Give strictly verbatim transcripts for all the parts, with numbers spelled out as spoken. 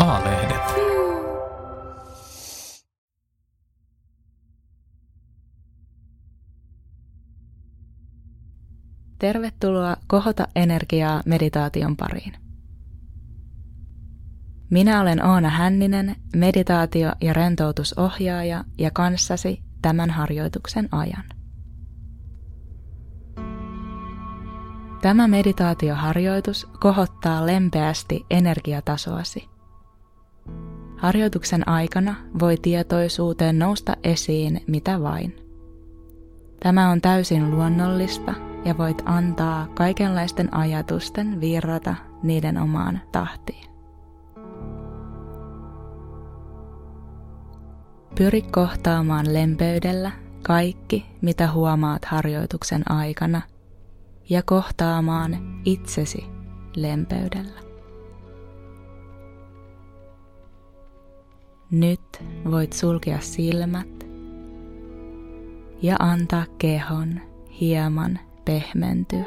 Maalehdet. Tervetuloa Kohota energiaa meditaation pariin. Minä olen Oona Hänninen, meditaatio- ja rentoutusohjaaja ja kanssasi tämän harjoituksen ajan. Tämä meditaatioharjoitus kohottaa lempeästi energiatasoasi. Harjoituksen aikana voi tietoisuuteen nousta esiin mitä vain. Tämä on täysin luonnollista ja voit antaa kaikenlaisten ajatusten virrata niiden omaan tahtiin. Pyri kohtaamaan lempeydellä kaikki, mitä huomaat harjoituksen aikana, ja kohtaamaan itsesi lempeydellä. Nyt voit sulkea silmät ja antaa kehon hieman pehmentyä.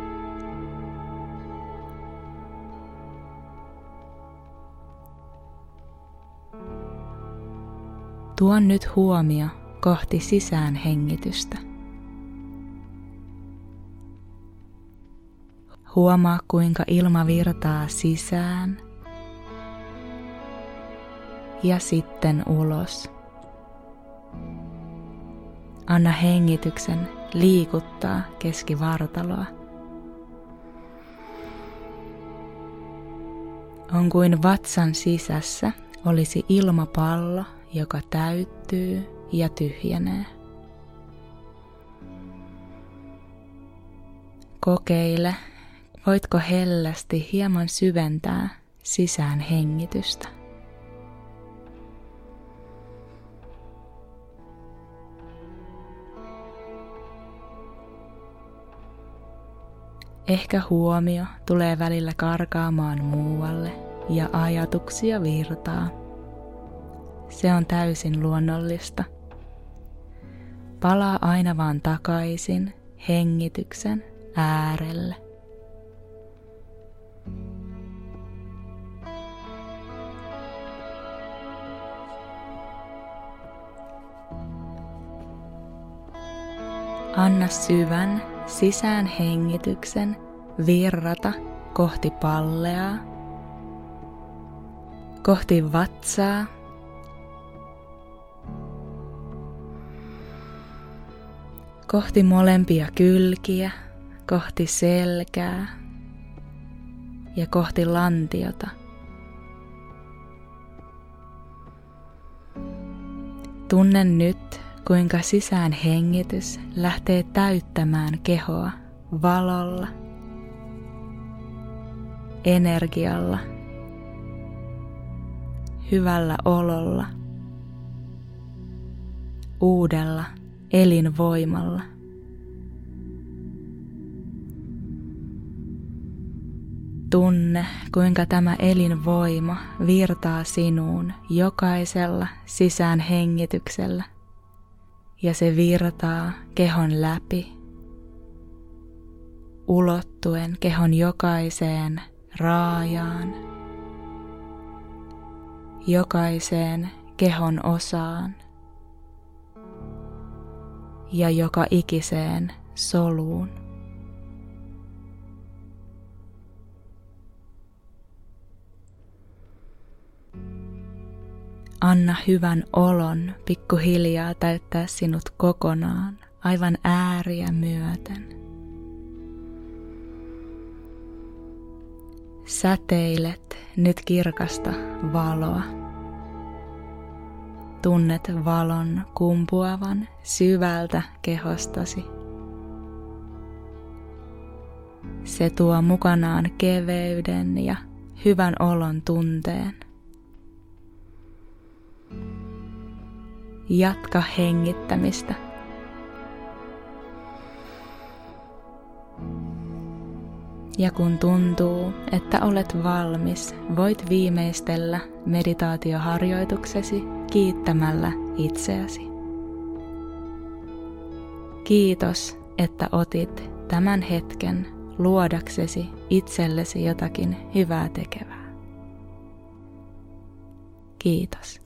Tuo nyt huomio kohti sisään hengitystä. Huomaa, kuinka ilma virtaa sisään ja sitten ulos. Anna hengityksen liikuttaa keskivartaloa. On kuin vatsan sisässä olisi ilmapallo, joka täyttyy ja tyhjenee. Kokeile, voitko hellästi hieman syventää sisään hengitystä. Ehkä huomio tulee välillä karkaamaan muualle ja ajatuksia virtaa. Se on täysin luonnollista. Palaa aina vaan takaisin hengityksen äärelle. Anna syvän sisään hengityksen virrata kohti palleaa, kohti vatsaa, kohti molempia kylkiä, kohti selkää ja kohti lantiota. Tunne nyt, kuinka sisään hengitys lähtee täyttämään kehoa valolla, energialla, hyvällä ololla, uudella elinvoimalla. Tunne, kuinka tämä elinvoima virtaa sinuun jokaisella sisään hengityksellä. Ja se virtaa kehon läpi, ulottuen kehon jokaiseen raajaan, jokaiseen kehon osaan ja joka ikiseen soluun. Anna hyvän olon pikkuhiljaa täyttää sinut kokonaan, aivan ääriä myöten. Säteilet nyt kirkasta valoa. Tunnet valon kumpuavan syvältä kehostasi. Se tuo mukanaan keveyden ja hyvän olon tunteen. Jatka hengittämistä. Ja kun tuntuu, että olet valmis, voit viimeistellä meditaatioharjoituksesi kiittämällä itseäsi. Kiitos, että otit tämän hetken luodaksesi itsellesi jotakin hyvää tekevää. Kiitos.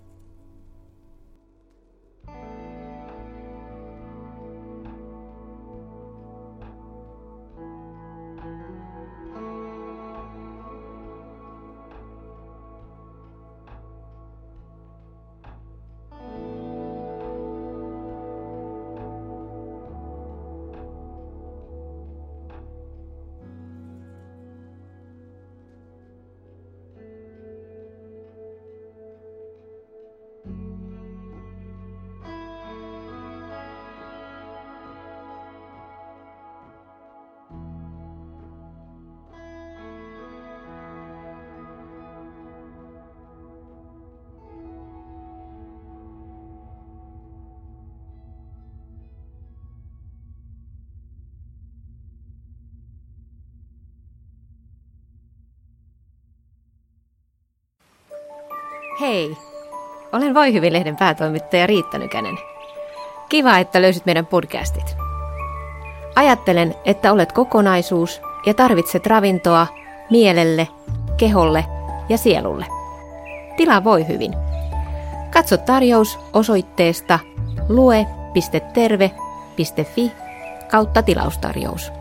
Hei, olen Voi hyvin-lehden päätoimittaja Riitta Nykänen. Kiva, että löysit meidän podcastit. Ajattelen, että olet kokonaisuus ja tarvitset ravintoa mielelle, keholle ja sielulle. Tilaa Voi hyvin. Katso tarjous osoitteesta lue piste terve piste fi kautta tilaustarjous.